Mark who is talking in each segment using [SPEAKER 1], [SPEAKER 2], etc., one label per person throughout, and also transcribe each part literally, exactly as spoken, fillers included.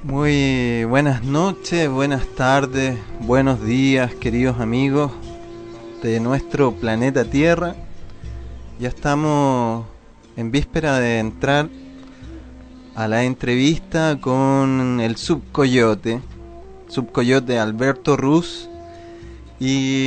[SPEAKER 1] Muy buenas noches, buenas tardes, buenos días, queridos amigos de nuestro planeta Tierra. Ya estamos en víspera de entrar a la entrevista con el Subcoyote, Subcoyote Alberto Ruz, y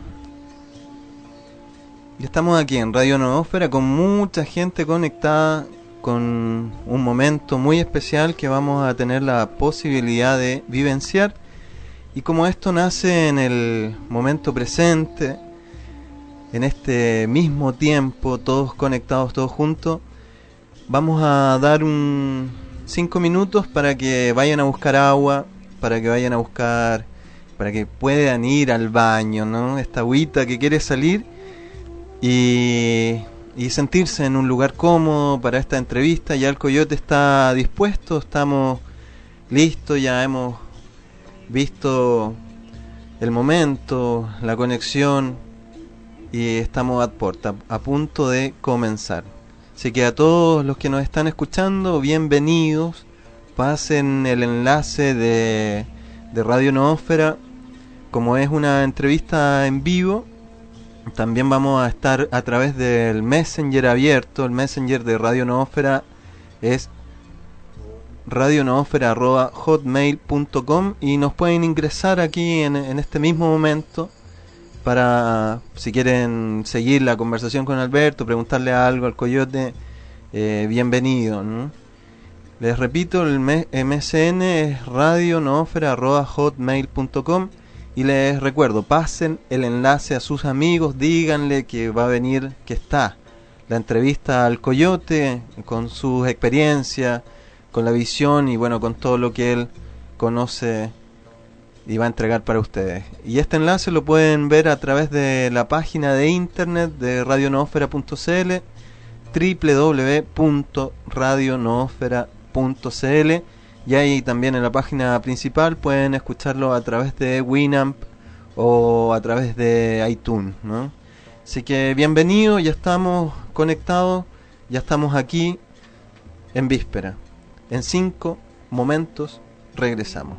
[SPEAKER 1] ya estamos aquí en Radio Noósfera con mucha gente conectada, con un momento muy especial que vamos a tener la posibilidad de vivenciar. Y como esto nace en el momento presente, en este mismo tiempo, todos conectados, todos juntos, vamos a dar un cinco minutos para que vayan a buscar agua, para que vayan a buscar, para que puedan ir al baño, ¿no? Esta agüita que quiere salir y... y sentirse en un lugar cómodo para esta entrevista. Ya el Coyote está dispuesto, estamos listos, ya hemos visto el momento, la conexión y estamos a puerta, a punto de comenzar. Así que a todos los que nos están escuchando, bienvenidos, pasen el enlace de, de Radio Noósfera. Como es una entrevista en vivo, también vamos a estar a través del Messenger abierto. El Messenger de Radio Noósfera es radionoosfera arroba hotmail punto com y nos pueden ingresar aquí en, en este mismo momento para, si quieren seguir la conversación con Alberto, preguntarle algo al Coyote, eh, bienvenido, ¿no? Les repito, el M S N es radionoosfera arroba hotmail punto com. Y les recuerdo, pasen el enlace a sus amigos, díganle que va a venir, que está la entrevista al Coyote, con sus experiencias, con la visión y bueno, con todo lo que él conoce y va a entregar para ustedes. Y este enlace lo pueden ver a través de la página de internet de radionoosfera punto c l, doble u doble u doble u punto radionoosfera punto c l. Y ahí también en la página principal pueden escucharlo a través de Winamp o a través de iTunes, ¿no? Así que bienvenido, ya estamos conectados, ya estamos aquí en víspera. En cinco momentos regresamos.